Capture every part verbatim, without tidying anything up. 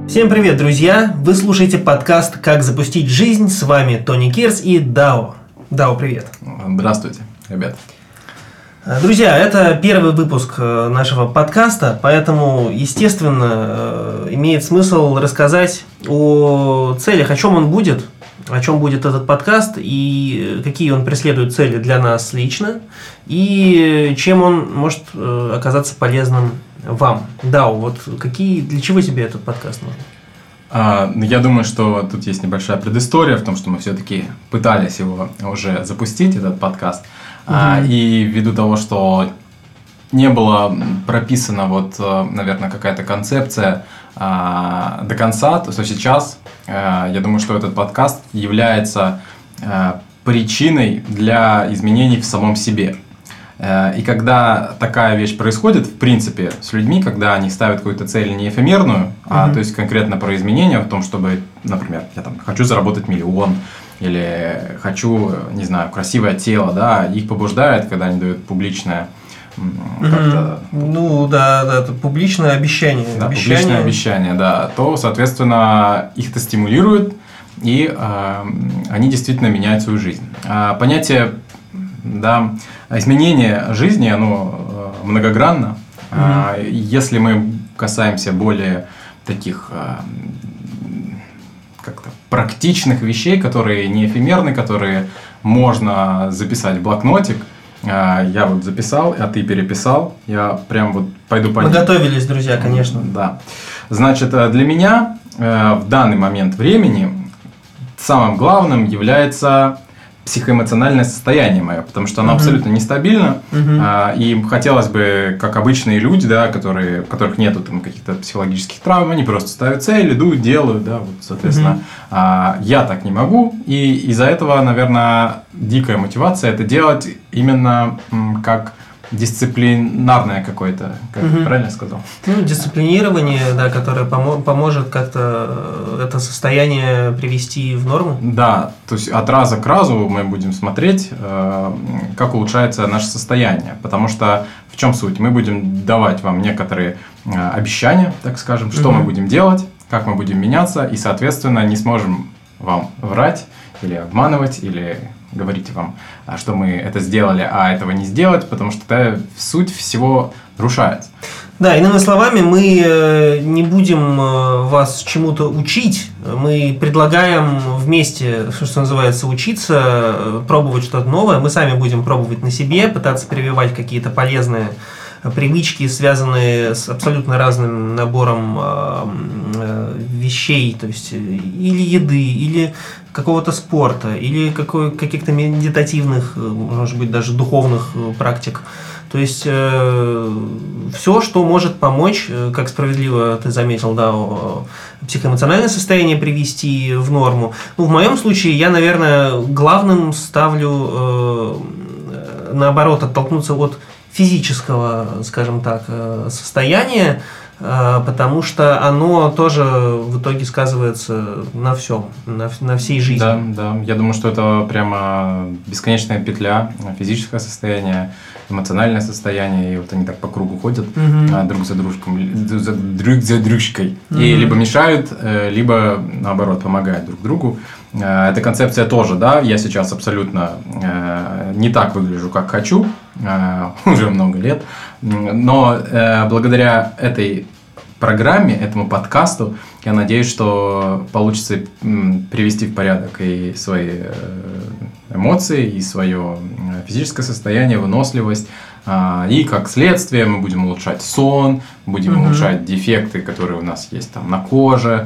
Всем привет, друзья! Вы слушаете подкаст «Как запустить жизнь». С вами Тони Кирс и Дао. Дао, привет! Здравствуйте, ребят! Друзья, это первый выпуск нашего подкаста, поэтому, естественно, имеет смысл рассказать о целях, о чем он будет, о чем будет этот подкаст и какие он преследует цели для нас лично, и чем он может оказаться полезным вам. Дао, вот какие, для чего тебе этот подкаст нужен? А, я думаю, что тут есть небольшая предыстория в том, что мы все-таки пытались его уже запустить, этот подкаст. Mm-hmm. а, и ввиду того, что не было прописана вот, наверное, какая-то концепция а, до конца, то сейчас а, я думаю, что этот подкаст является а, причиной для изменений в самом себе. И когда такая вещь происходит, в принципе, с людьми, когда они ставят какую-то цель не эфемерную, mm-hmm. а то есть конкретно про изменения в том, чтобы, например, я там хочу заработать миллион или хочу, не знаю, красивое тело, да, их побуждает, когда они дают публичное mm-hmm. ну да, да, это публичное обещание, да, обещание. публичное обещание, да, то, соответственно, их это стимулирует, и э, они действительно меняют свою жизнь. А понятие Да, изменение жизни, оно многогранно. Mm-hmm. Если мы касаемся более таких как-то практичных вещей, которые не эфемерны, которые можно записать в блокнотик, я вот записал, а ты переписал, я прям вот пойду по ним. Мы готовились, друзья, конечно. Да. Значит, для меня в данный момент времени самым главным является психоэмоциональное состояние мое, потому что оно uh-huh. абсолютно нестабильно, uh-huh. а, и хотелось бы, как обычные люди, да, которые, у которых нету там каких-то психологических травм, они просто ставят цель, идут, делают, да, вот, соответственно, uh-huh. а, я так не могу, и из-за этого, наверное, дикая мотивация это делать именно м, как дисциплинарное какое-то, как угу. правильно я сказал? Ну, дисциплинирование, да, которое помо- поможет как-то это состояние привести в норму. Да, то есть от раза к разу мы будем смотреть, э, как улучшается наше состояние, потому что в чем суть? Мы будем давать вам некоторые э, обещания, так скажем, что угу. мы будем делать, как мы будем меняться, и, соответственно, не сможем вам врать или обманывать, или говорить вам, что мы это сделали, а этого не сделать, потому что это суть всего нарушается. Да, иными словами, мы не будем вас чему-то учить, мы предлагаем вместе, что называется, учиться, пробовать что-то новое, мы сами будем пробовать на себе, пытаться прививать какие-то полезные привычки, связанные с абсолютно разным набором э, вещей, то есть или еды, или какого-то спорта, или какой, каких-то медитативных, может быть, даже духовных практик. То есть э, все, что может помочь, как справедливо ты заметил, да, психоэмоциональное состояние привести в норму. Ну, в моем случае я, наверное, главным ставлю э, наоборот оттолкнуться от физического, скажем так, состояния, потому что оно тоже в итоге сказывается на всем, на, на всей жизни. Да, да. Я думаю, что это прямо бесконечная петля, физическое состояние, эмоциональное состояние, и вот они так по кругу ходят угу. друг за дружкой, друг за дружкой, угу. и либо мешают, либо наоборот помогают друг другу. Эта концепция тоже, да, я сейчас абсолютно э, не так выгляжу, как хочу, э, уже много лет, но э, благодаря этой программе, этому подкасту, я надеюсь, что получится м, привести в порядок и свои эмоции, и свое физическое состояние, выносливость. И как следствие мы будем улучшать сон, будем mm-hmm. улучшать дефекты, которые у нас есть там на коже,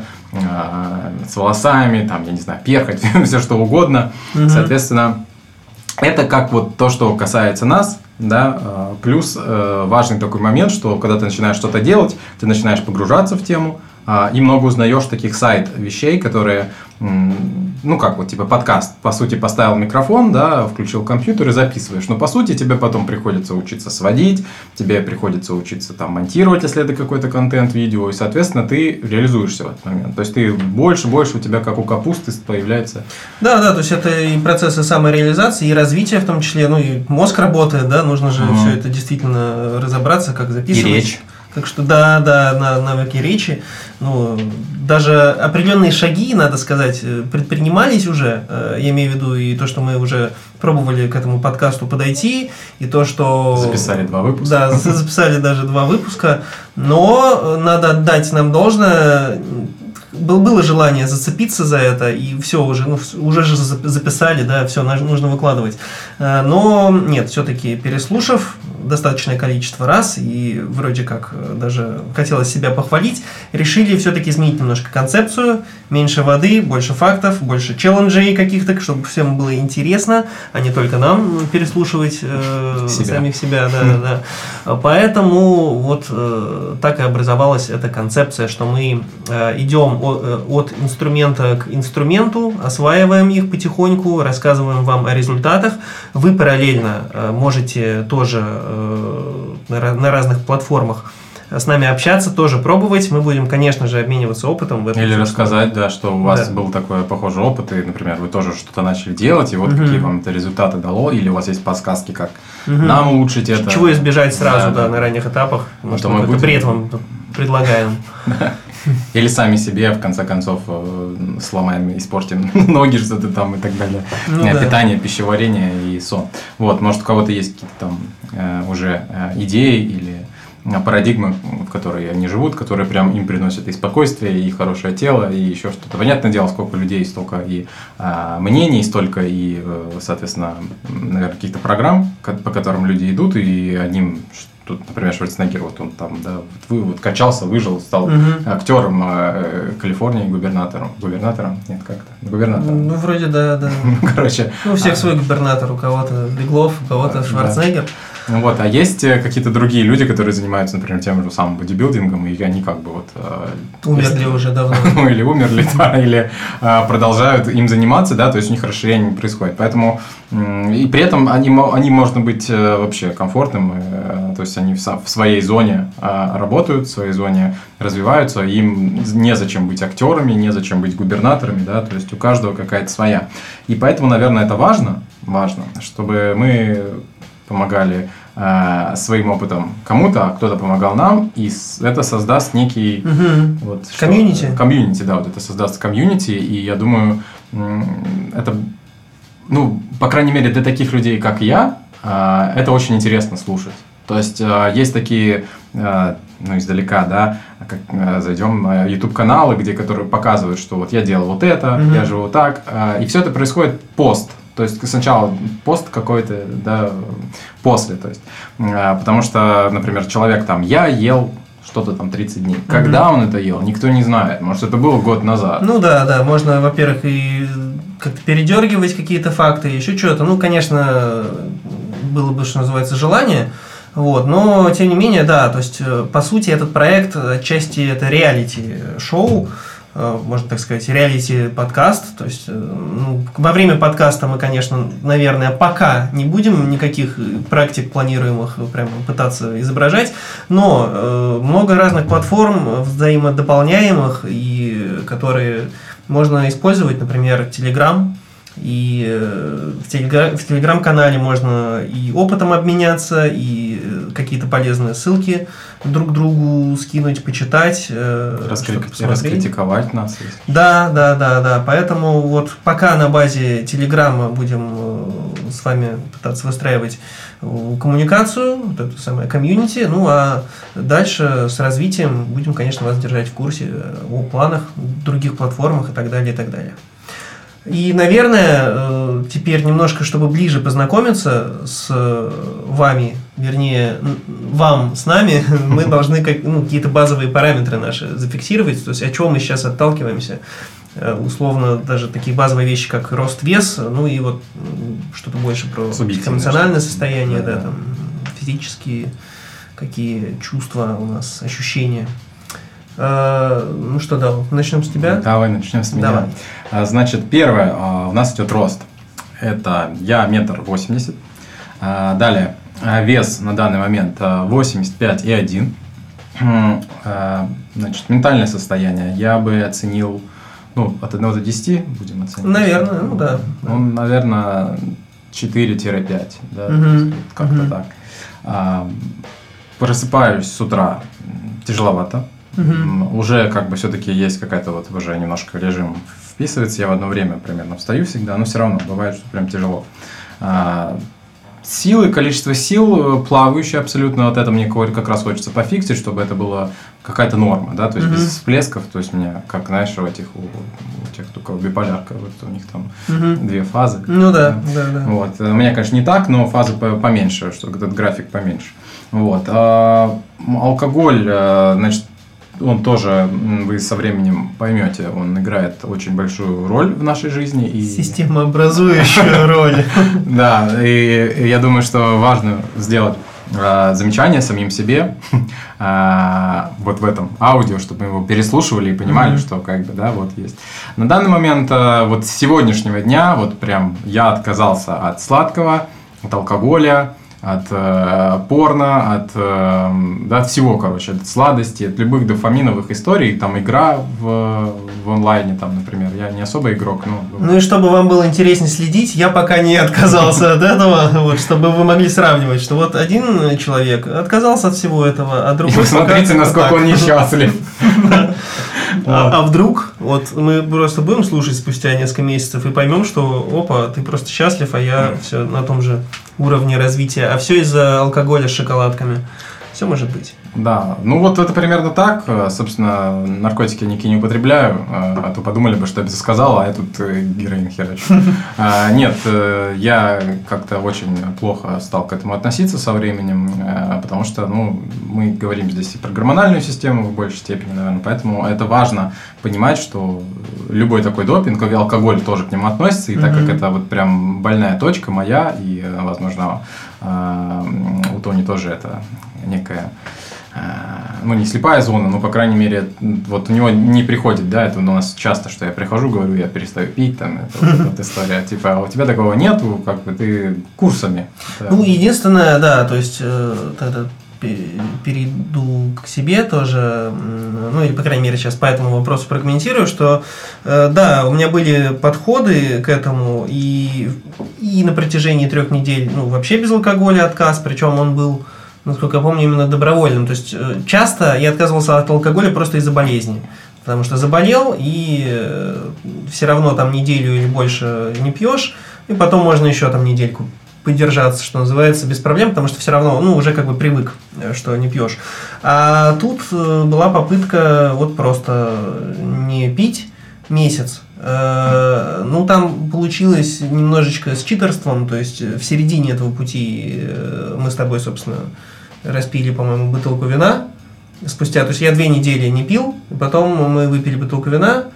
с волосами, там, я не знаю, перхоть, все что угодно. Mm-hmm. Соответственно, это как вот то, что касается нас, да, плюс важный такой момент, что когда ты начинаешь что-то делать, ты начинаешь погружаться в тему, и много узнаешь таких сайт-вещей, которые, ну как вот, типа подкаст, по сути, поставил микрофон, да, включил компьютер и записываешь, но по сути тебе потом приходится учиться сводить, тебе приходится учиться там монтировать, если это какой-то контент, видео, и, соответственно, ты реализуешься в этот момент, то есть ты больше, больше у тебя, как у капусты, появляется. Да, да, то есть это и процессы самореализации, и развития в том числе, ну и мозг работает, да, нужно же mm-hmm. все это действительно разобраться, как записывать. И речь. Так что да, да, на навыки речи. Ну, даже определенные шаги, надо сказать, предпринимались уже. Я имею в виду и то, что мы уже пробовали к этому подкасту подойти, и то, что... Записали два выпуска. Да, записали даже два выпуска. Но надо отдать нам должное. Было желание зацепиться за это, и все уже, ну, уже же записали, да, все нужно выкладывать. Но нет, все-таки переслушав достаточное количество раз, и вроде как даже хотелось себя похвалить, решили все-таки изменить немножко концепцию, меньше воды, больше фактов, больше челленджей каких-то, чтобы всем было интересно, а не только нам переслушивать э, самих себя. Да, да, да. Поэтому вот э, так и образовалась эта концепция, что мы э, идем от инструмента к инструменту, осваиваем их потихоньку, рассказываем вам о результатах. Вы параллельно можете тоже на разных платформах с нами общаться, тоже пробовать. Мы будем, конечно же, обмениваться опытом. В этом Или рассказать, да, что у вас да. был такой похожий опыт, и, например, вы тоже что-то начали делать, и вот угу. какие вам это результаты дало, или у вас есть подсказки, как угу. нам улучшить это. Чего избежать сразу, да, да, на ранних этапах. Может, мы какой-то бред вам предлагаем. Или сами себе, в конце концов, сломаем, испортим ноги, что-то там и так далее. Ну, питание, да. пищеварение и сон. Вот, может, у кого-то есть какие-то там э, уже э, идеи или парадигмы, в которые они живут, которые прям им приносят и спокойствие, и хорошее тело, и еще что-то. Понятное дело, сколько людей, столько и э, мнений, столько и, э, соответственно, наверное, каких-то программ, по которым люди идут, и одним... Тут, например, Шварценеггер, вот он там, да, вы, вот, качался, выжил, стал uh-huh. актером э, Калифорнии, губернатором. Губернатором? Нет, как-то. Губернатором. Ну, вроде да, да. Короче. Ну, у всех а... свой губернатор, у кого-то Беглов, у кого-то Шварценеггер. Да. Вот, а есть какие-то другие люди, которые занимаются, например, тем же самым бодибилдингом, и они как бы вот... Умерли если... уже давно. Ну, или умерли, да, или а, продолжают им заниматься, да, то есть у них расширение не происходит. Поэтому, и при этом они, они можно быть вообще комфортным, то есть они в, в своей зоне а, работают, в своей зоне развиваются, им незачем быть актерами, незачем быть губернаторами, да, то есть у каждого какая-то своя. И поэтому, наверное, это важно, важно, чтобы мы... помогали э, своим опытом кому-то, а кто-то помогал нам, и это создаст некий... Угу. Вот, комьюнити. Комьюнити, да, вот это создаст комьюнити, и я думаю, это, ну, по крайней мере, для таких людей, как я, э, это очень интересно слушать. То есть, э, есть такие, э, ну, издалека, да, как э, зайдем на YouTube-каналы, где, которые показывают, что вот я делал вот это, угу. я живу так, э, и все это происходит пост. То есть сначала пост какой-то, да, после, то есть, э, потому что, например, человек там, я ел что-то там тридцать дней. Когда mm-hmm. он это ел, никто не знает. Может, это было год назад. Ну да, да, можно, во-первых, и как-то передергивать какие-то факты, еще что-то. Ну, конечно, было бы, что называется, желание. Вот, но, тем не менее, да, то есть, по сути, этот проект отчасти это реалити-шоу, можно так сказать, реалити-подкаст. То есть, ну, во время подкаста мы, конечно, наверное, пока не будем никаких практик планируемых прямо пытаться изображать, но э, много разных платформ взаимодополняемых, и которые можно использовать, например, Telegram. И в, телегра- в телеграм-канале можно и опытом обменяться, и какие-то полезные ссылки друг другу скинуть, почитать, Раскри- раскритиковать нас. Да, да, да, да. Поэтому вот пока на базе Телеграма будем с вами пытаться выстраивать коммуникацию, вот эту самую комьюнити, ну а дальше с развитием будем, конечно, вас держать в курсе о планах, других платформах и так далее, и так далее. И, наверное, теперь немножко, чтобы ближе познакомиться с вами, вернее, вам с нами, мы должны как, ну, какие-то базовые параметры наши зафиксировать, то есть о чем мы сейчас отталкиваемся, условно, даже такие базовые вещи, как рост, вес, ну и вот что-то больше про эмоциональное состояние, да, там, физические, какие чувства у нас, ощущения. Ну что, да, начнем с тебя? Давай начнем с меня. Давай. Значит, первое, у нас идет рост. Это я метр восемьдесят. Далее, вес на данный момент восемьдесят пять и один. Значит, ментальное состояние я бы оценил, ну, от одного до десяти будем оценивать. Наверное, ну да. Ну, наверное, четыре-пять, да, угу. как-то угу. так. просыпаюсь с утра тяжеловато. Угу. Уже как бы все-таки есть какая-то вот уже немножко режим вписывается. Я в одно время примерно встаю всегда, но все равно бывает, что прям тяжело. Силы, количество сил плавающие абсолютно, вот это мне как раз хочется пофиксить, чтобы это была какая-то норма, да, то есть mm-hmm. без всплесков, то есть у меня, как, знаешь, у этих, у, у тех, кто биполярка, вот у них там mm-hmm. две фазы. Ну да, да, да. Вот. У меня, конечно, не так, но фазы поменьше, что этот график поменьше. Вот. А, алкоголь, значит, он тоже, вы со временем поймете, он играет очень большую роль в нашей жизни. И... Системообразующую роль. Да, и я думаю, что важно сделать замечание самим себе вот в этом аудио, чтобы мы его переслушивали и понимали, что как бы, да, вот есть. На данный момент, вот с сегодняшнего дня, вот прям я отказался от сладкого, от алкоголя, от э, порно, от, э, да, от всего, короче, от сладости, от любых дофаминовых историй, там игра в, в онлайне, там, например, я не особо игрок, но... Ну и чтобы вам было интереснее следить, я пока не отказался от этого, вот, чтобы вы могли сравнивать, что вот один человек отказался от всего этого, а другой... И смотрите, насколько он несчастлив. А, а вдруг, вот мы просто будем слушать спустя несколько месяцев и поймем, что опа, ты просто счастлив, а я все на том же уровне развития, а все из-за алкоголя с шоколадками. Все может быть. Да, ну вот это примерно так. Собственно, наркотики я никакие не употребляю, а то подумали бы, что я бы сказал, а я тут героин херачу. Нет, я как-то очень плохо стал к этому относиться со временем, потому что, ну, мы говорим здесь и про гормональную систему в большей степени, наверное, поэтому это важно понимать, что любой такой допинг, алкоголь тоже к нему относится, и так как это вот прям больная точка моя, и, возможно, у Тони тоже это некая, ну, не слепая зона, но, по крайней мере, вот у него не приходит, да, это у нас часто, что я прихожу, говорю, я перестаю пить, там, это вот, вот история, типа, а у тебя такого нету, как бы ты курсами. Да. Ну, единственное, да, то есть, тогда перейду к себе тоже, ну, или, по крайней мере, сейчас по этому вопросу прокомментирую, что, да, у меня были подходы к этому, и, и на протяжении трех недель, ну, вообще без алкоголя отказ, причем он был, насколько я помню, именно добровольным. То есть часто я отказывался от алкоголя просто из-за болезни. Потому что заболел, и все равно там неделю или больше не пьешь, и потом можно еще там недельку подержаться, что называется, без проблем, потому что все равно, ну, уже как бы привык, что не пьешь. А тут была попытка вот просто не пить месяц. Ну, там получилось немножечко с читерством, то есть в середине этого пути мы с тобой, собственно, распили, по-моему, бутылку вина спустя, то есть я две недели не пил, потом мы выпили бутылку вина,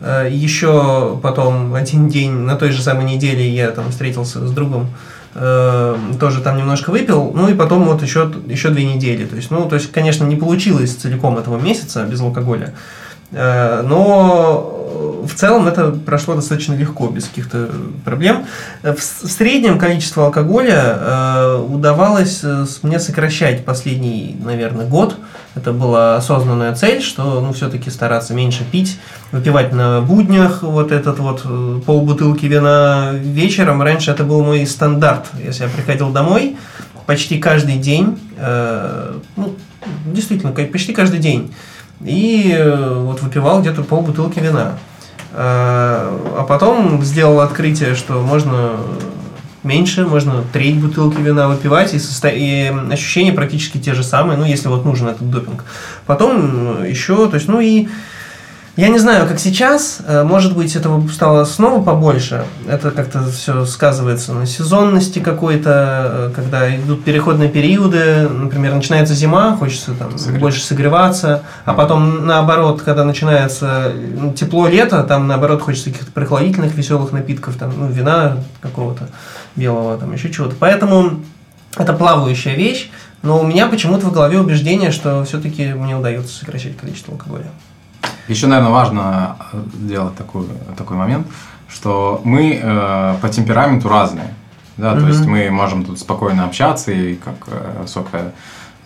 еще потом один день на той же самой неделе я там встретился с другом, тоже там немножко выпил, ну и потом вот еще, еще две недели, то есть, ну, то есть, конечно, не получилось целиком этого месяца без алкоголя, но в целом это прошло достаточно легко, без каких-то проблем. В среднем количество алкоголя удавалось мне сокращать последний, наверное, год. Это была осознанная цель, что, ну, все-таки стараться меньше пить, выпивать на буднях вот этот вот полбутылки вина вечером. Раньше это был мой стандарт. Если я приходил домой, почти каждый день, ну, действительно, почти каждый день, и вот выпивал где-то полбутылки вина. А потом сделал открытие, что можно меньше, можно треть бутылки вина выпивать, и, состо... и ощущения практически те же самые, ну, если вот нужен этот допинг. Потом еще, то есть, ну и я не знаю, как сейчас, может быть, этого стало снова побольше, это как-то все сказывается на сезонности какой-то, когда идут переходные периоды, например, начинается зима, хочется там Согрев. больше согреваться, а потом наоборот, когда начинается тепло лето, там наоборот хочется каких-то прохладительных, веселых напитков, там, ну, вина какого-то белого, там еще чего-то. Поэтому это плавающая вещь, но у меня почему-то в голове убеждение, что все-таки мне удается сокращать количество алкоголя. Еще, наверное, важно сделать такой, такой момент, что мы э, по темпераменту разные. Да? Mm-hmm. То есть мы можем тут спокойно общаться и как э, высокая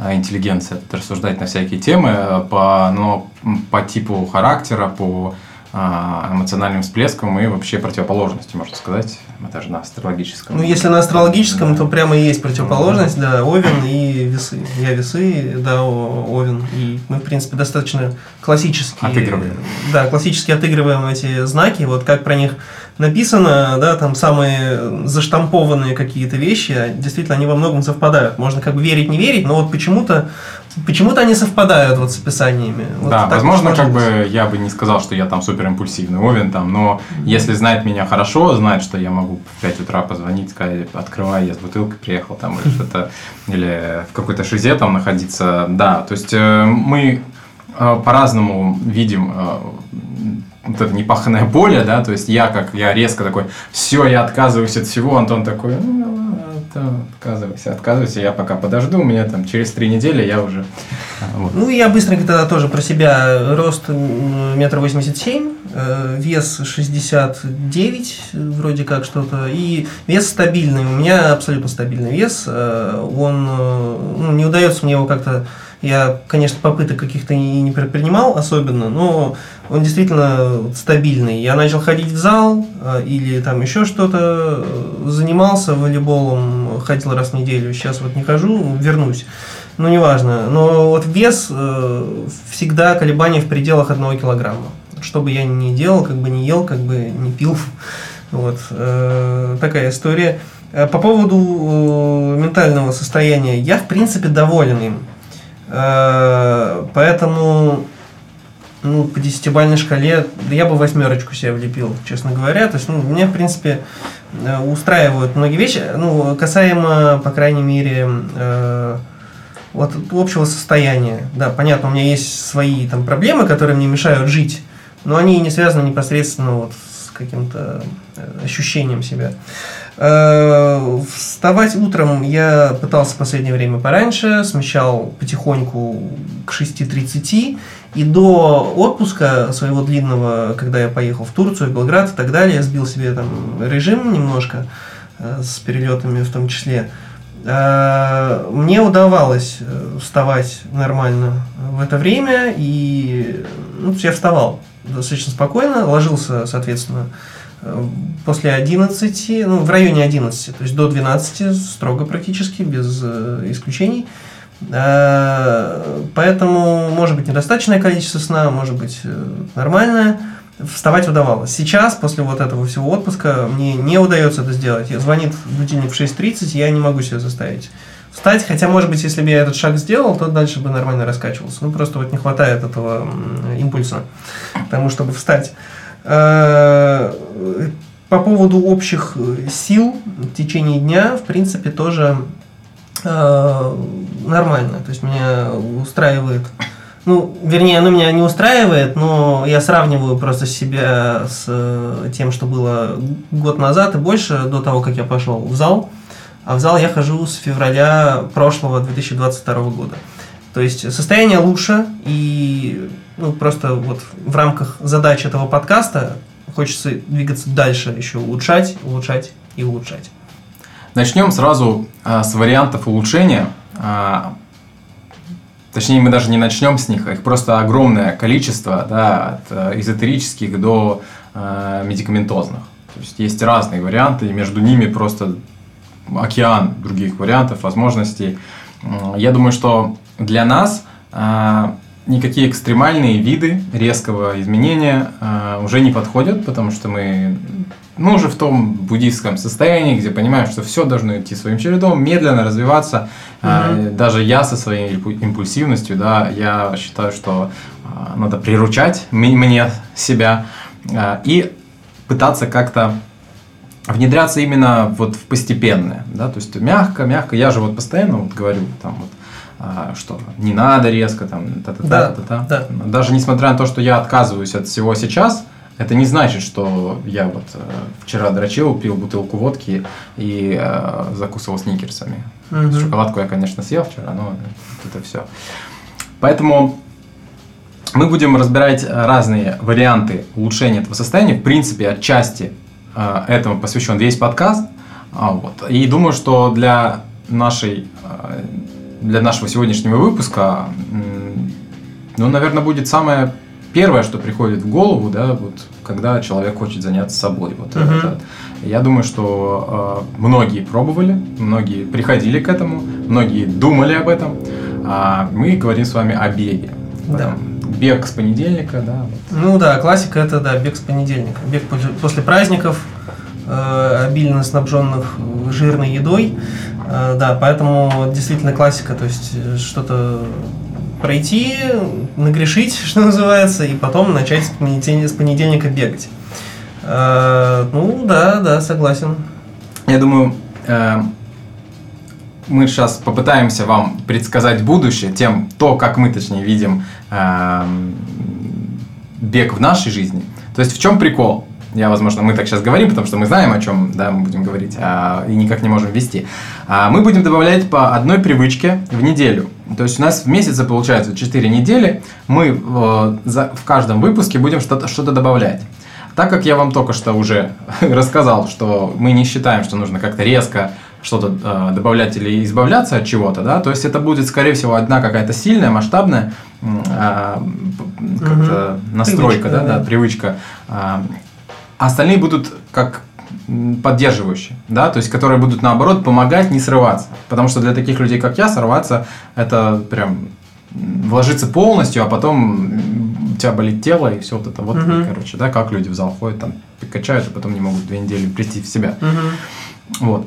интеллигенция тут рассуждать на всякие темы, по, но по типу характера, по эмоциональным всплеском и вообще противоположностью, можно сказать. Это же на астрологическом. Ну, если на астрологическом, да. то прямо и есть противоположность, да, Овен и Весы. Я Весы, да, Овен. И мы, в принципе, достаточно классически... Отыгрываем. Да, классически отыгрываем эти знаки. Вот как про них написано, да, там самые заштампованные какие-то вещи, действительно, они во многом совпадают. Можно как бы верить, не верить, но вот почему-то Почему-то они совпадают вот с описаниями. Вот да, возможно, как быть. бы я бы не сказал, что я там супер импульсивный Овен, там, но mm-hmm. если знает меня хорошо, знает, что я могу в пять утра позвонить, сказать, открывай, я с бутылкой приехал, там, или что-то, или в какой-то шизе там находиться, да, то есть э, мы э, по-разному видим э, вот это непаханное поле, да, то есть я как, я резко такой, все, я отказываюсь от всего, Антон такой, ну, отказывайся, отказывайся, я пока подожду, у меня там через три недели я уже... Вот. Ну, я быстренько тогда тоже про себя. Рост метр восемьдесят семь, вес шестьдесят девять, вроде как что-то, и вес стабильный, у меня абсолютно стабильный вес, он, ну, не удается мне его как-то... Я, конечно, попыток каких-то и не предпринимал особенно, но он действительно стабильный. Я начал ходить в зал или там еще что-то, занимался волейболом, ходил раз в неделю, сейчас вот не хожу, вернусь. Ну, неважно. Но вот вес всегда колебания в пределах одного килограмма. Что бы я ни делал, как бы не ел, как бы не пил. Вот такая история. По поводу ментального состояния, я в принципе доволен им. Поэтому, ну, по десятибалльной шкале, да я бы восьмерочку себе влепил, честно говоря. То есть, ну, меня, в принципе, устраивают многие вещи. Ну, касаемо, по крайней мере, э, вот общего состояния. Да, понятно, у меня есть свои там проблемы, которые мне мешают жить, но они не связаны непосредственно вот с каким-то ощущением себя. Вставать утром я пытался в последнее время пораньше, смещал потихоньку к шести тридцати, и до отпуска своего длинного, когда я поехал в Турцию, в Белград и так далее, я сбил себе там режим немножко, с перелетами в том числе. Мне удавалось вставать нормально в это время, и ну, я вставал достаточно спокойно, ложился, соответственно, после одиннадцати, ну, в районе одиннадцати, то есть до двенадцати, строго практически, без э, исключений. Э, поэтому, может быть, недостаточное количество сна, может быть, э, нормальное. Вставать удавалось. Сейчас, после вот этого всего отпуска, мне не удается это сделать. Я звонит будильник в шесть тридцать, я не могу себя заставить встать. Хотя, может быть, если бы я этот шаг сделал, то дальше бы нормально раскачивался. Ну, просто вот не хватает этого импульса к тому, чтобы встать. По поводу общих сил в течение дня, в принципе, тоже э, нормально. То есть меня устраивает, ну, вернее, оно меня не устраивает, но я сравниваю просто себя с тем, что было год назад и больше, до того, как я пошел в зал. А в зал я хожу с февраля прошлого две тысячи двадцать второго года. То есть состояние лучше, и ну, просто вот в рамках задач этого подкаста хочется двигаться дальше, еще улучшать, улучшать и улучшать. Начнем сразу а, с вариантов улучшения. А, точнее, мы даже не начнем с них, их просто огромное количество, да, от а, эзотерических до а, медикаментозных. То есть есть разные варианты, и между ними просто океан других вариантов, возможностей. Я думаю, что для нас а, никакие экстремальные виды резкого изменения а, уже не подходят, потому что мы ну, уже в том буддийском состоянии, где понимаем, что все должно идти своим чередом, медленно развиваться. Mm-hmm. А, даже я со своей импульсивностью, да, я считаю, что а, надо приручать мне себя а, и пытаться как-то внедряться именно вот в постепенное, да, то есть мягко, мягко. Я же вот постоянно вот говорю там вот, что не надо резко, там, та-та-та, да, та-та-та. Да. Даже несмотря на то, что я отказываюсь от всего сейчас, это не значит, что я вот э, вчера дрочил, пил бутылку водки и э, закусывал сникерсами. Mm-hmm. Шоколадку я, конечно, съел вчера, но это все. Поэтому мы будем разбирать разные варианты улучшения этого состояния. В принципе, отчасти э, этому посвящен весь подкаст. А, вот. И думаю, что для нашей... Э, Для нашего сегодняшнего выпуска, ну, наверное, будет самое первое, что приходит в голову, да, вот, когда человек хочет заняться собой. Вот uh-huh. это. Я думаю, что э, многие пробовали, многие приходили к этому, многие думали об этом. А мы говорим с вами о беге. Да. Бег с понедельника, да. Вот. Ну да, классика это да, бег с понедельника. Бег после праздников, э, обильно снабженных жирной едой. Э, да, поэтому действительно классика, то есть что-то пройти, нагрешить, что называется, и потом начать с понедельника, с понедельника бегать. Э, ну да, да, согласен. Я думаю, э, мы сейчас попытаемся вам предсказать будущее тем, то, как мы, точнее, видим э, бег в нашей жизни. То есть в чем прикол? Я, возможно, мы так сейчас говорим, потому что мы знаем, о чем, да, мы будем говорить, а, и никак не можем вести. А, мы будем добавлять по одной привычке в неделю. То есть у нас в месяце получается четыре недели, мы э, за, в каждом выпуске будем что-то, что-то добавлять. Так как я вам только что уже рассказал, что мы не считаем, что нужно как-то резко что-то э, добавлять или избавляться от чего-то, да, то есть это будет, скорее всего, одна какая-то сильная, масштабная э, как-то угу. настройка, привычка, да, да. Да, привычка. Э, остальные будут как поддерживающие, да, то есть которые будут, наоборот, помогать не срываться. Потому что для таких людей, как я, срываться – это прям вложиться полностью, а потом у тебя болит тело и все вот это вот, uh-huh. короче, да, как люди в зал ходят, там, качают, а потом не могут две недели прийти в себя. Uh-huh. Вот.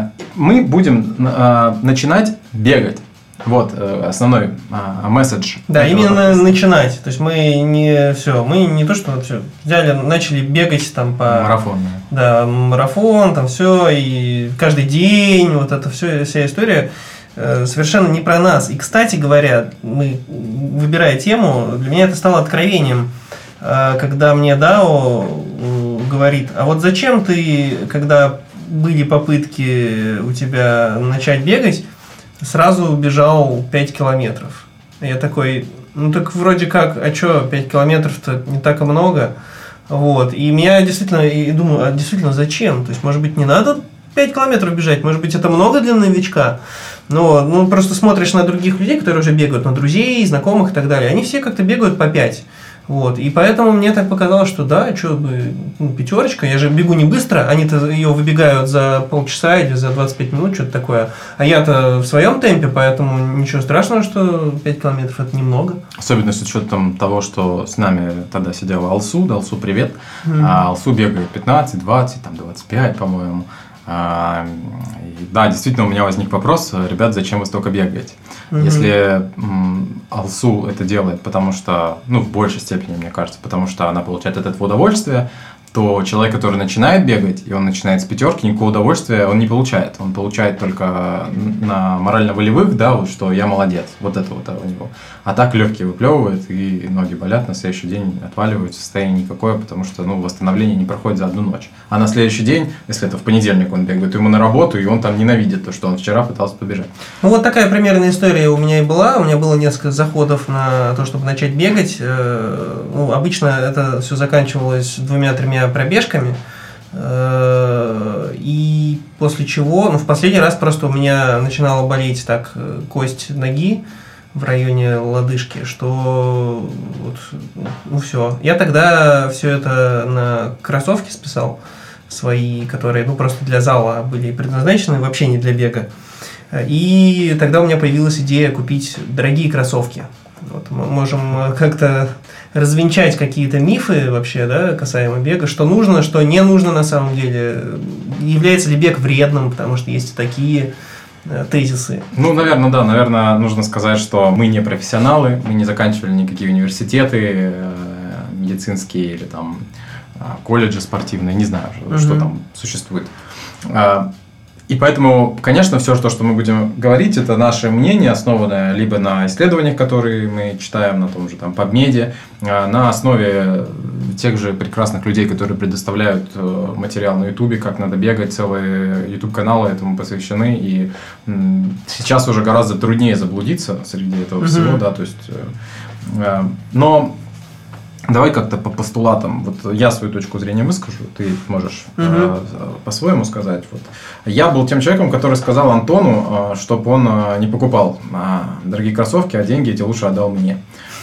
Мы будем начинать бегать. Вот основной а, месседж. Да, именно вопроса. Начинать. То есть мы не все, мы не то, что все взяли, начали бегать там по марафон. Да, марафон, там все, и каждый день, вот это все, вся история э, совершенно не про нас. И, кстати говоря, мы, выбирая тему, для меня это стало откровением, э, когда мне Дао э, говорит: а вот зачем ты, когда были попытки у тебя начать бегать, сразу убежал пять километров. Я такой, ну так вроде как, а что, пять километров-то не так и много. Вот. И меня действительно, и думаю, а действительно зачем? То есть, может быть, не надо пять километров бежать, может быть, это много для новичка. Но ну, просто смотришь на других людей, которые уже бегают, на друзей, знакомых и так далее. Они все как-то бегают по пять. Вот. И поэтому мне так показалось, что да, что бы, ну, пятерочка, я же бегу не быстро, они-то ее выбегают за полчаса или за двадцать пять минут, что-то такое. А я-то в своем темпе, поэтому ничего страшного, что пять километров это немного. Особенно с учетом того, что с нами тогда сидела Алсу, да, Алсу, привет. Mm-hmm. А Алсу бегает пятнадцать, двадцать, там двадцать пять, по-моему. А, и, да, действительно, у меня возник вопрос: ребят, зачем вы столько бегаете? Mm-hmm. Если м, Алсу это делает, потому что, ну, в большей степени, мне кажется, потому что она получает от этого удовольствие, то человек, который начинает бегать, и он начинает с пятерки, никакого удовольствия он не получает. Он получает только на морально-волевых, да, вот что я молодец, вот это вот у него. А так легкие выплевывает, и ноги болят, на следующий день отваливаются, состояние никакое, потому что, ну, восстановление не проходит за одну ночь. А на следующий день, если это в понедельник он бегает, ему на работу, и он там ненавидит то, что он вчера пытался побежать. Ну, вот такая примерная история у меня и была. У меня было несколько заходов на то, чтобы начать бегать. Ну, обычно это все заканчивалось двумя-тремя пробежками, и после чего, ну, в последний раз просто у меня начинала болеть так кость ноги в районе лодыжки, что вот, ну все. Я тогда все это на кроссовки списал свои, которые, ну, просто для зала были предназначены, вообще не для бега. И тогда у меня появилась идея купить дорогие кроссовки. Вот, мы можем как-то развенчать какие-то мифы вообще, да, касаемо бега, что нужно, что не нужно на самом деле, является ли бег вредным, потому что есть такие э, тезисы. Ну, наверное, да, наверное, нужно сказать, что мы не профессионалы, мы не заканчивали никакие университеты э, медицинские или там э, колледжи спортивные, не знаю, угу. что там существует. Э, И поэтому, конечно, все, то, что мы будем говорить, это наше мнение, основанное либо на исследованиях, которые мы читаем на том же там PubMed, на основе тех же прекрасных людей, которые предоставляют материал на Ютубе, как надо бегать, целые YouTube-каналы этому посвящены. И сейчас уже гораздо труднее заблудиться среди этого mm-hmm. всего, да, то есть, но давай как-то по постулатам. Вот я свою точку зрения выскажу, ты можешь угу. э, по-своему сказать. Вот. Я был тем человеком, который сказал Антону, э, чтобы он э, не покупал э, дорогие кроссовки, а деньги эти лучше отдал мне.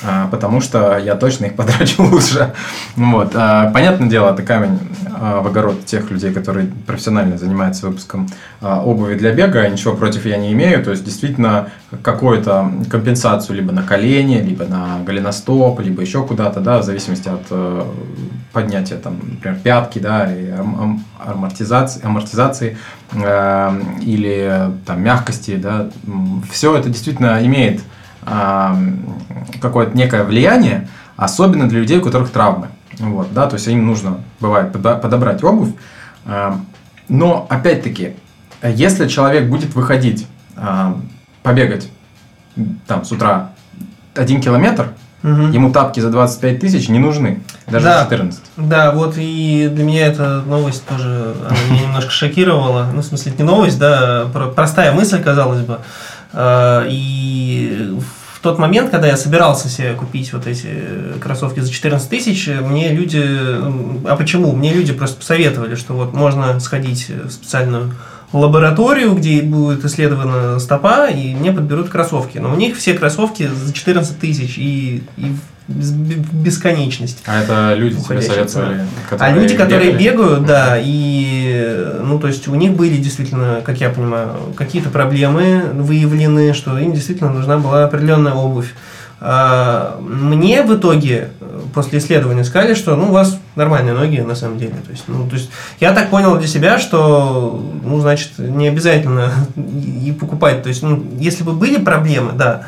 потому что я точно их потрачу лучше. Вот. Понятное дело, это камень в огород тех людей, которые профессионально занимаются выпуском обуви для бега. Ничего против я не имею. То есть, действительно, какую-то компенсацию либо на колени, либо на голеностоп, либо еще куда-то, да, в зависимости от поднятия, там, например, пятки, да, и амортизации, амортизации э, или там, мягкости, да, все это действительно имеет э, какое-то некое влияние, особенно для людей, у которых травмы. Вот, да, то есть им нужно, бывает, подобрать обувь. Э, но, опять-таки, если человек будет выходить, э, побегать там, с утра один километр, угу. ему тапки за двадцать пять тысяч не нужны, даже да, за четырнадцать. Да, вот и для меня эта новость тоже, она меня немножко шокировала. Ну, в смысле, это не новость, да, простая мысль, казалось бы. И в тот момент, когда я собирался себе купить вот эти кроссовки за четырнадцать тысяч, мне люди... А почему? Мне люди просто посоветовали, что вот можно сходить в специальную лабораторию, где будет исследована стопа, и мне подберут кроссовки. Но у них все кроссовки за четырнадцать тысяч и, и в бесконечность. А это люди тебе советовали? А люди, которые бегали? бегают, да, и, ну, то есть у них были действительно, как я понимаю, какие-то проблемы выявлены, что им действительно нужна была определенная обувь. Мне в итоге после исследования сказали, что ну, у вас нормальные ноги на самом деле. То есть, ну, то есть я так понял для себя, что ну, значит, не обязательно и покупать. То есть, ну, если бы были проблемы, да.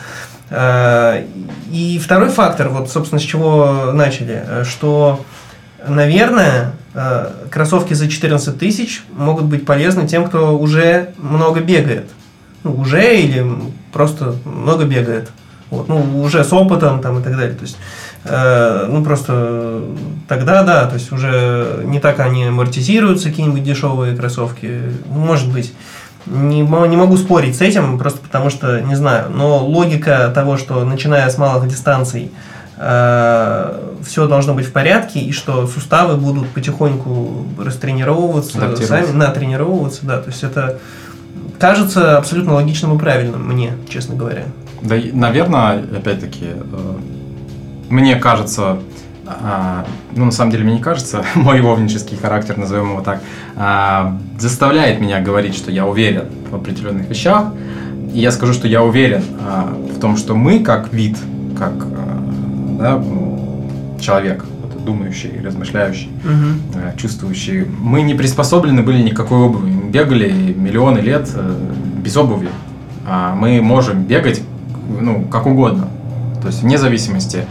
И второй фактор, вот, собственно, с чего начали, что, наверное, кроссовки за четырнадцать тысяч могут быть полезны тем, кто уже много бегает. Ну, уже или просто много бегает. Вот, ну, уже с опытом там, и так далее. То есть, э, ну, просто тогда, да, то есть уже не так они амортизируются, какие-нибудь дешевые кроссовки. Может быть. Не, не могу спорить с этим, просто потому что не знаю. Но логика того, что начиная с малых дистанций э, все должно быть в порядке, и что суставы будут потихоньку растренировываться, сами натренировываться, да, то есть это кажется абсолютно логичным и правильным мне, честно говоря. Да, наверное, опять-таки, мне кажется, ну, на самом деле, мне не кажется, мой вовнический характер, назовем его так, заставляет меня говорить, что я уверен в определенных вещах. И я скажу, что я уверен в том, что мы, как вид, как да, человек, думающий, размышляющий, угу. чувствующий, мы не приспособлены были никакой обуви. Мы бегали миллионы лет без обуви. Мы можем бегать ну, как угодно. То есть вне зависимости.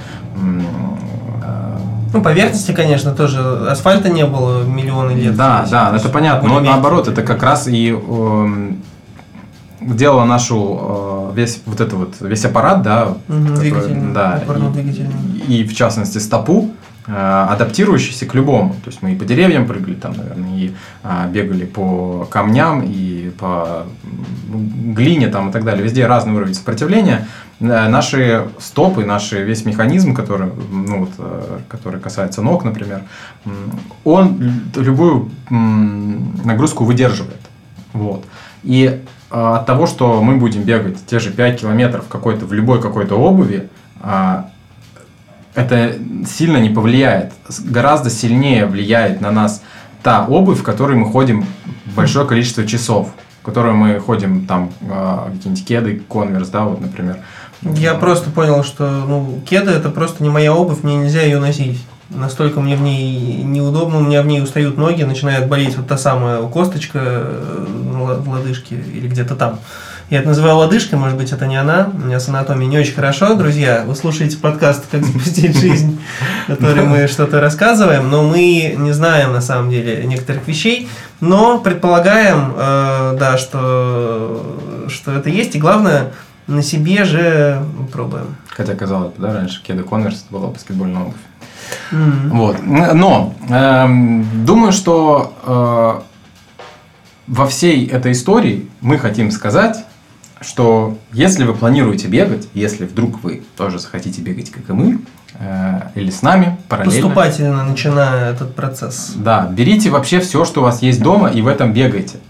Ну, поверхности, конечно, тоже. Асфальта не было миллионы лет. Да, да, это понятно. Но наоборот, это как раз и э, делало нашу э, весь вот это вот весь аппарат, да, угу, который, да, и, и в частности стопу, адаптирующийся к любому. То есть мы и по деревьям прыгали, там, наверное, и а, бегали по камням, и по глине там, и так далее. Везде разный уровень сопротивления. Наши стопы, наш весь механизм, который, ну, вот, который касается ног, например, он любую нагрузку выдерживает. Вот. И а, от того, что мы будем бегать те же пять километров какой-то, в любой какой-то обуви, а, это сильно не повлияет. Гораздо сильнее влияет на нас та обувь, в которой мы ходим большое количество часов, в которой мы ходим, там, какие-нибудь кеды, конверс, да, вот, например. Я просто понял, что ну, кеды – это просто не моя обувь, мне нельзя ее носить. Настолько мне в ней неудобно, у меня в ней устают ноги, начинает болеть вот та самая косточка в лодыжке или где-то там. Я это называю лодыжкой, может быть, это не она. У меня с анатомией не очень хорошо, друзья. Вы слушаете подкаст «Как запустить жизнь», в котором мы что-то рассказываем, но мы не знаем, на самом деле, некоторых вещей, но предполагаем, э, да, что, что это есть, и главное, на себе же пробуем. Хотя, казалось бы, да, раньше кеды Converse была баскетбольная обувь. Mm-hmm. Вот. Но э, думаю, что э, во всей этой истории мы хотим сказать, что если вы планируете бегать, если вдруг вы тоже захотите бегать, как и мы, э, или с нами параллельно. Поступательно начиная этот процесс. Да, берите вообще все, что у вас есть дома, и в этом бегайте.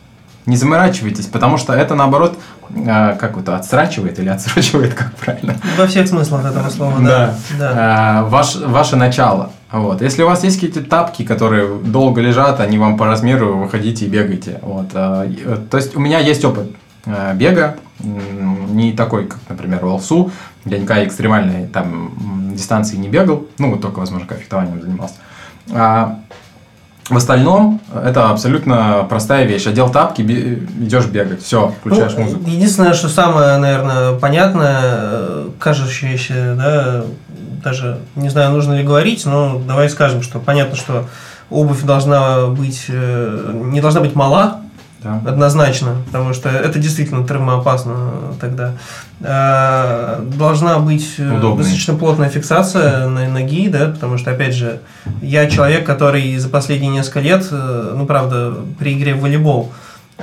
не заморачивайтесь, потому что это, наоборот, э, как вот отсрачивает или отсрочивает, как правильно? Во всех смыслах этого слова, да. Да. да. Э, ваш, ваше начало. Вот. Если у вас есть какие-то тапки, которые долго лежат, они вам по размеру, выходите и бегайте. Вот. Э, то есть у меня есть опыт э, бега, не такой, как, например, в Алсу, я никакой экстремальной там дистанции не бегал, ну, вот только, возможно, фехтованием занимался. А в остальном это абсолютно простая вещь. Одел тапки, идешь бегать, все, включаешь ну, музыку. Единственное, что самое, наверное, понятное, кажущееся, да, даже не знаю, нужно ли говорить, но давай скажем, что понятно, что обувь должна быть, не должна быть мала. Да. Однозначно, потому что это действительно травмоопасно тогда. Должна быть Удобный. достаточно плотная фиксация на ноги, да, потому что, опять же, я человек, который за последние несколько лет, ну, правда, при игре в волейбол,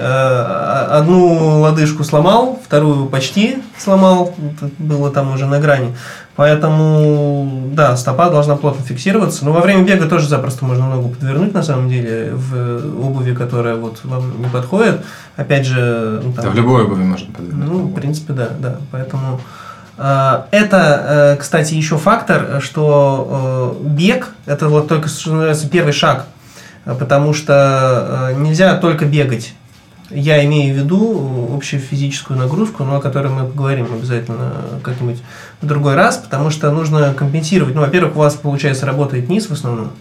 одну лодыжку сломал, вторую почти сломал, было там уже на грани. Поэтому, да, стопа должна плотно фиксироваться. Но во время бега тоже запросто можно ногу подвернуть, на самом деле, в обуви, которая вот вам не подходит. Опять же... Ну, там, да, в любой обуви можно подвернуть. Ну, в принципе, да, да. Поэтому э, это, э, кстати, еще фактор, что э, бег – это вот только, что называется, первый шаг. Потому что э, нельзя только бегать. Я имею в виду общую физическую нагрузку, но о которой мы поговорим обязательно как-нибудь в другой раз, потому что нужно компенсировать. Ну, во-первых, у вас, получается, работает низ в основном,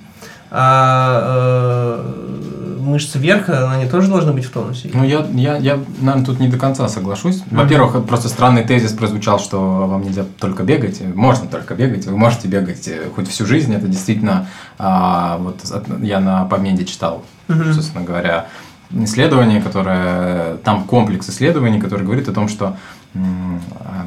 а э, мышцы верха, они тоже должны быть в тонусе. Ну, я, я, я, наверное, тут не до конца соглашусь. Во-первых, mm-hmm. просто странный тезис прозвучал, что вам нельзя только бегать. Можно только бегать, вы можете бегать хоть всю жизнь. Это действительно, а, вот я на Помеде читал, mm-hmm. собственно говоря, исследование, которое, там комплекс исследований, который говорит о том, что м,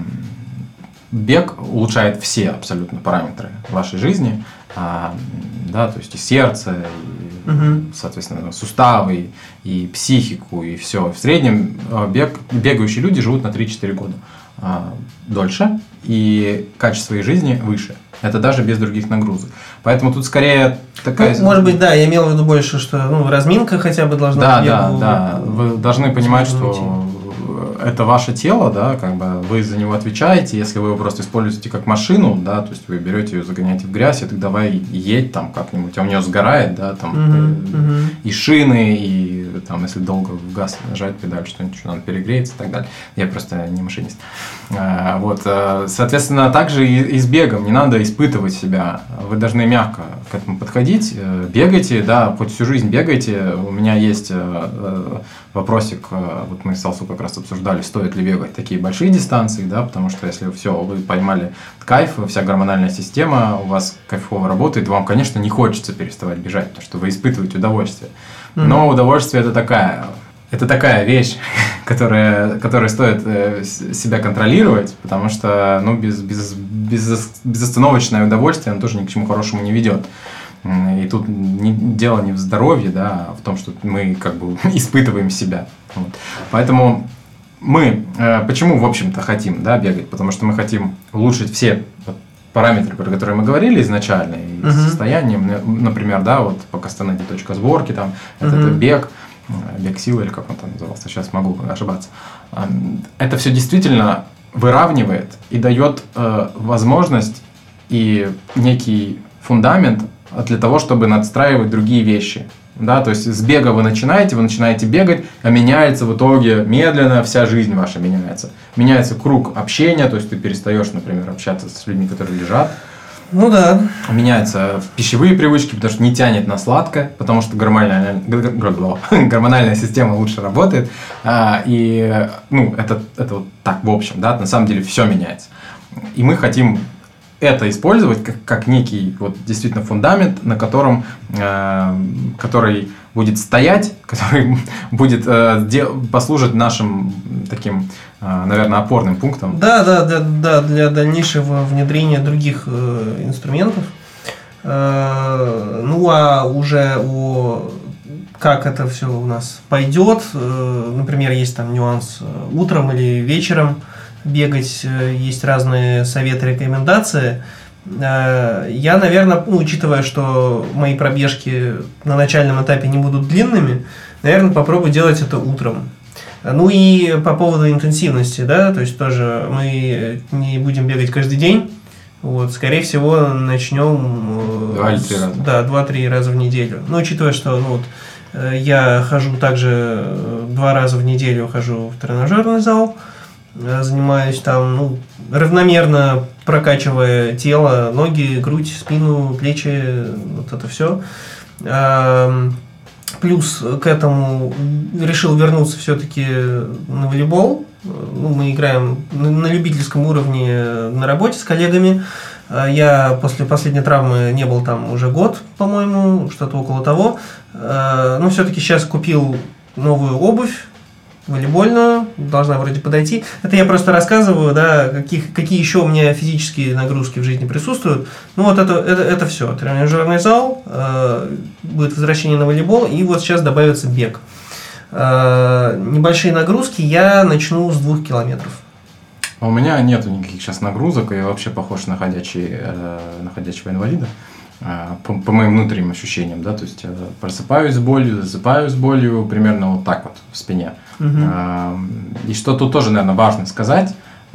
бег улучшает все абсолютно параметры вашей жизни, а, да, то есть и сердце, и, угу. соответственно, суставы, и психику, и все. В среднем бег, бегающие люди живут на три-четыре года а, дольше, и качество своей жизни выше. Это даже без других нагрузок. Поэтому тут скорее такая... Ну, может быть, да, я имел в виду больше, что ну, разминка хотя бы должна да, быть. Да, да, да. Вы должны понимать, что это ваше тело, да, как бы вы за него отвечаете. Если вы его просто используете как машину, да, то есть вы берете ее, загоняете в грязь, и так давай едь там как-нибудь, а у нее сгорает, да, там uh-huh, и, uh-huh. и шины, и там, если долго в газ нажать педаль, что-нибудь что надо перегреется и так далее. Я просто не машинист. А, вот, соответственно, также и, и с бегом не надо испытывать себя. Вы должны мягко к этому подходить. Бегайте, да, хоть всю жизнь бегайте. У меня есть вопросик, вот мы с Алсу как раз обсуждали, стоит ли бегать такие большие дистанции, да, потому что если все, вы поймали кайф, вся гормональная система у вас кайфово работает, вам, конечно, не хочется переставать бежать, потому что вы испытываете удовольствие. Но mm-hmm. удовольствие это такая, это такая вещь, которая, которая стоит себя контролировать, потому что ну, без, без, без, безостановочное удовольствие оно тоже ни к чему хорошему не ведет. И тут не, дело не в здоровье, да, а в том, что мы как бы испытываем себя. Вот. Поэтому мы э, почему, в общем-то, хотим да, бегать? Потому что мы хотим улучшить все параметры, про которые мы говорили изначально, и uh-huh. состоянием, например, да, вот по Castanetti точка сборки, там, uh-huh. это, это бег, бег силы, или как он там назывался, сейчас могу ошибаться. Это все действительно выравнивает и дает э, возможность и некий фундамент для того, чтобы надстраивать другие вещи. Да, то есть с бега вы начинаете, вы начинаете бегать, а меняется в итоге медленно вся жизнь ваша меняется. Меняется круг общения, то есть ты перестаешь, например, общаться с людьми, которые лежат. Ну да. Меняются пищевые привычки, потому что не тянет на сладкое, потому что гормональная, гормональная система лучше работает. И ну, это, это вот так в общем, да, на самом деле все меняется. И мы хотим это использовать как, как некий вот, действительно фундамент, на котором, э, который будет стоять, который будет э, де, послужить нашим таким, э, наверное, опорным пунктом. Да, да, да, да, для дальнейшего внедрения других э, инструментов. Э, ну а уже о как это все у нас пойдет, э, например, есть там нюанс утром или вечером бегать, есть разные советы, рекомендации. Я, наверное, ну, учитывая, что мои пробежки на начальном этапе не будут длинными, наверное, попробую делать это утром. Ну и по поводу интенсивности, да, то есть тоже мы не будем бегать каждый день. Вот, скорее всего, начнем два или три раза. Да, два-три раза в неделю. Но учитывая, что ну, вот, я хожу также два раза в неделю хожу в тренажерный зал, занимаюсь там, ну, равномерно прокачивая тело, ноги, грудь, спину, плечи, вот это все. Плюс к этому решил вернуться все-таки на волейбол. Ну, мы играем на любительском уровне на работе с коллегами. Я после последней травмы не был там уже год, по-моему, что-то около того. Но все-таки сейчас купил новую обувь, волейбольную, должна вроде подойти. Это я просто рассказываю, да, каких, какие еще у меня физические нагрузки в жизни присутствуют. Ну вот это, это, это все. Тренажерный зал, э, будет возвращение на волейбол, и вот сейчас добавится бег. Э, небольшие нагрузки я начну с двух километров. У меня нету никаких сейчас нагрузок, и я вообще похож на ходячий, э, на ходячего инвалида. По, по моим внутренним ощущениям, да, то есть просыпаюсь с болью, засыпаю с болью, примерно вот так вот в спине. Uh-huh. И что тут тоже, наверное, важно сказать,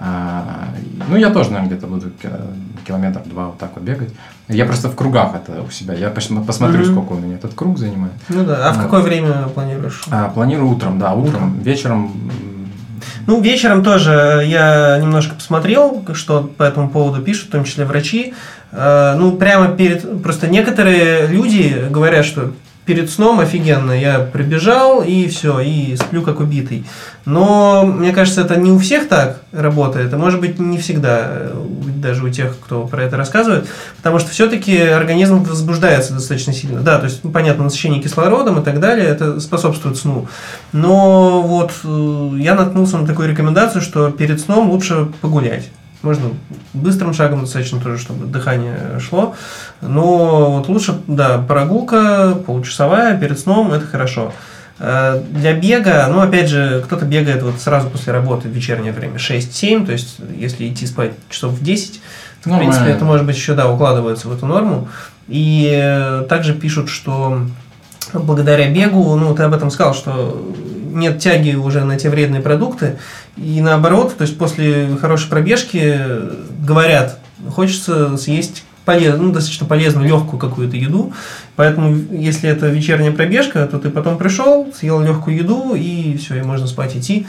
ну, я тоже, наверное, где-то буду километр два вот так вот бегать. Я просто в кругах это у себя, я посмотрю, uh-huh. сколько у меня этот круг занимает. Ну да, а в какое время планируешь? А, планирую утром, да, утром, утром. Вечером. Ну, вечером тоже я немножко посмотрел, что по этому поводу пишут, в том числе врачи. Ну, прямо перед... Просто некоторые люди говорят, что перед сном офигенно, я прибежал и все, и сплю как убитый. Но, мне кажется, это не у всех так работает, а может быть не всегда, даже у тех, кто про это рассказывает, потому что все-таки организм возбуждается достаточно сильно. Да, то есть, ну, понятно, насыщение кислородом и так далее, это способствует сну. Но вот я наткнулся на такую рекомендацию, что перед сном лучше погулять. Можно быстрым шагом достаточно тоже, чтобы дыхание шло. Но вот лучше, да, прогулка получасовая перед сном, это хорошо. Для бега, ну, опять же, кто-то бегает вот сразу после работы в вечернее время, шесть-семь, то есть, если идти спать часов в десять, то, в принципе, это, может быть, еще, да, укладывается в эту норму. И также пишут, что благодаря бегу, ну, ты об этом сказал, что нет тяги уже на те вредные продукты, и наоборот, то есть после хорошей пробежки говорят, хочется съесть полез, ну, достаточно полезную, легкую какую-то еду, поэтому если это вечерняя пробежка, то ты потом пришел, съел легкую еду, и все, и можно спать идти.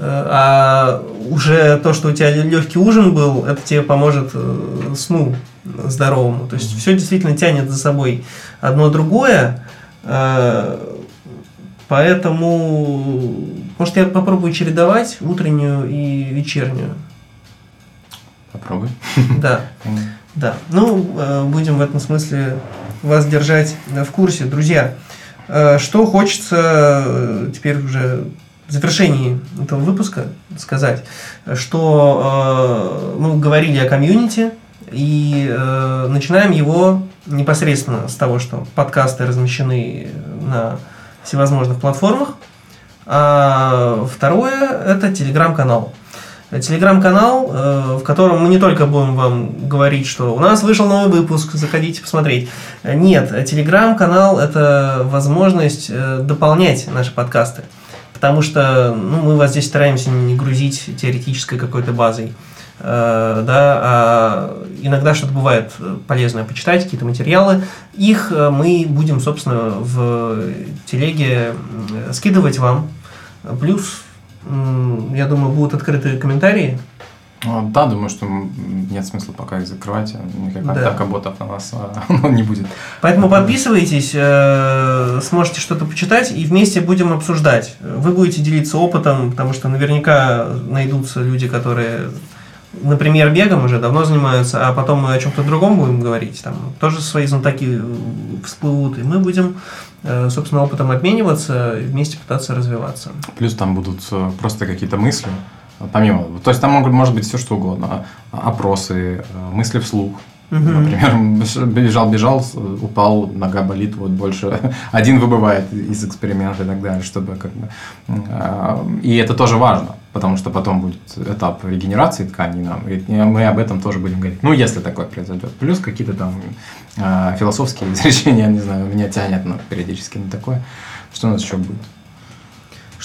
А уже то, что у тебя легкий ужин был, это тебе поможет сну здоровому. То есть все действительно тянет за собой одно другое. Поэтому, может, я попробую чередовать утреннюю и вечернюю. Попробуй. Да, да. Ну, будем в этом смысле вас держать в курсе. Друзья, что хочется теперь уже в завершении этого выпуска сказать, что мы говорили о комьюнити, и начинаем его непосредственно с того, что подкасты размещены на всевозможных платформах. А второе – это телеграм-канал. Телеграм-канал, в котором мы не только будем вам говорить, что у нас вышел новый выпуск, заходите посмотреть. Нет, телеграм-канал – это возможность дополнять наши подкасты. Потому что ну, мы вас здесь стараемся не грузить теоретической какой-то базой. Да, а иногда что-то бывает полезное почитать, какие-то материалы. Их мы будем, собственно, в телеге скидывать вам. Плюс, я думаю, будут открытые комментарии. Да, думаю, что нет смысла пока их закрывать. Никакая да. атака ботов на вас не будет. Поэтому подписывайтесь, сможете что-то почитать, и вместе будем обсуждать. Вы будете делиться опытом, потому что наверняка найдутся люди, которые, например, бегом уже давно занимаются, а потом мы о чем-то другом будем говорить. Там тоже свои знатоки всплывут, и мы будем, собственно, опытом обмениваться и вместе пытаться развиваться. Плюс там будут просто какие-то мысли. Помимо, то есть там могут, может быть все что угодно, опросы, мысли вслух. Угу. Например, бежал-бежал, упал, нога болит, вот больше один выбывает из эксперимента и так далее, чтобы как бы... И это тоже важно, потому что потом будет этап регенерации тканей нам, и мы об этом тоже будем говорить. Ну, если такое произойдет. Плюс какие-то там философские изречения, не знаю, меня тянет на, периодически на такое. Что у нас еще будет?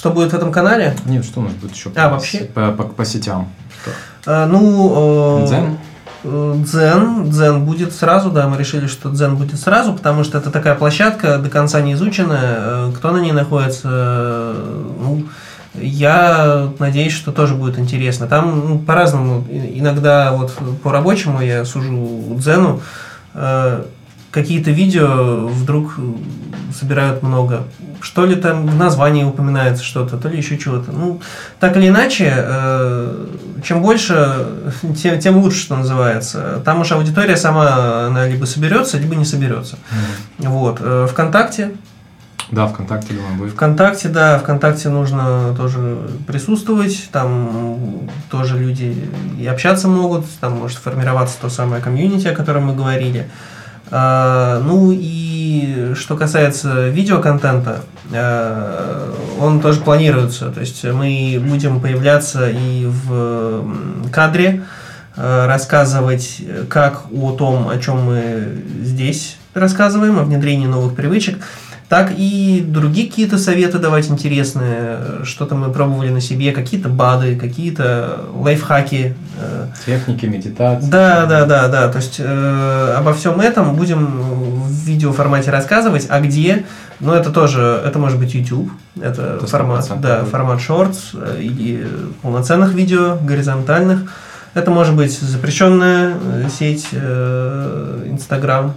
Что будет в этом канале? Нет, что у нас будет еще А, по, вообще? по, по, по сетям? А, ну, Дзен? Дзен, Дзен будет сразу, да, мы решили, что Дзен будет сразу, потому что это такая площадка, до конца не изученная, кто на ней находится, ну, я надеюсь, что тоже будет интересно. Там ну, по-разному, иногда вот по-рабочему я сужу Дзену, какие-то видео вдруг собирают много. Что ли там в названии упоминается что-то, то ли еще чего-то. Ну, так или иначе, э, чем больше, тем, тем лучше, что называется. Там уж аудитория сама, она либо соберется, либо не соберется. Mm-hmm. Вот. Э, ВКонтакте. Да, ВКонтакте, думаю, будет. ВКонтакте, да, ВКонтакте нужно тоже присутствовать, там тоже люди и общаться могут, там может формироваться то самое комьюнити, о котором мы говорили. Uh, ну и что касается видеоконтента, uh, он тоже планируется, то есть мы будем появляться и в кадре, uh, рассказывать как о том, о чем мы здесь рассказываем, о внедрении новых привычек, так и другие какие-то советы давать интересные, что-то мы пробовали на себе, какие-то БАДы, какие-то лайфхаки. Техники, медитации. Да, да, да, да, то есть э, обо всем этом будем в видеоформате рассказывать, а где, ну это тоже, это может быть YouTube, это, это формат, да, формат Shorts или полноценных видео, горизонтальных, это может быть запрещенная сеть э, Instagram,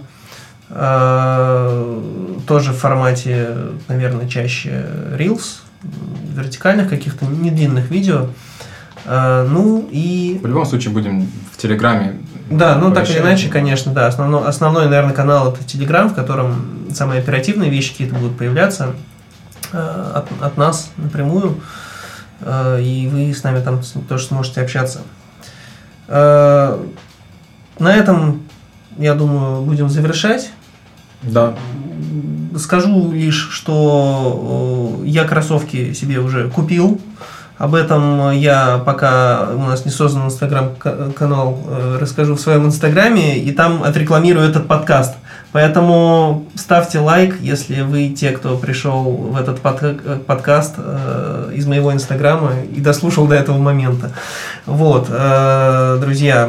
тоже в формате, наверное, чаще Reels, вертикальных каких-то, не длинных видео. Ну и... В любом случае будем в Телеграме. Да, ну так или иначе, конечно, да. Основной, основной, наверное, канал это Телеграм, в котором самые оперативные вещи какие-то будут появляться от, от нас напрямую. И вы с нами там тоже сможете общаться. На этом, я думаю, будем завершать. Да. Скажу лишь, что я кроссовки себе уже купил. Об этом я, пока у нас не создан инстаграм-канал, расскажу в своем инстаграме, и там отрекламирую этот подкаст. Поэтому ставьте лайк, если вы те, кто пришел в этот подкаст из моего инстаграма и дослушал до этого момента. Вот, друзья,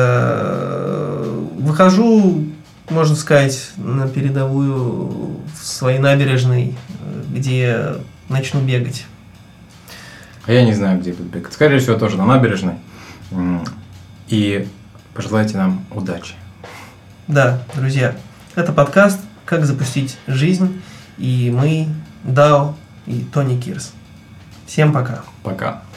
выхожу, можно сказать, на передовую в своей набережной, где начну бегать. А я не знаю, где буду бегать. Скорее всего, тоже на набережной. И пожелайте нам удачи. Да, друзья, это подкаст «Как запустить жизнь». И мы, Дао и Тони Кирс. Всем пока. Пока.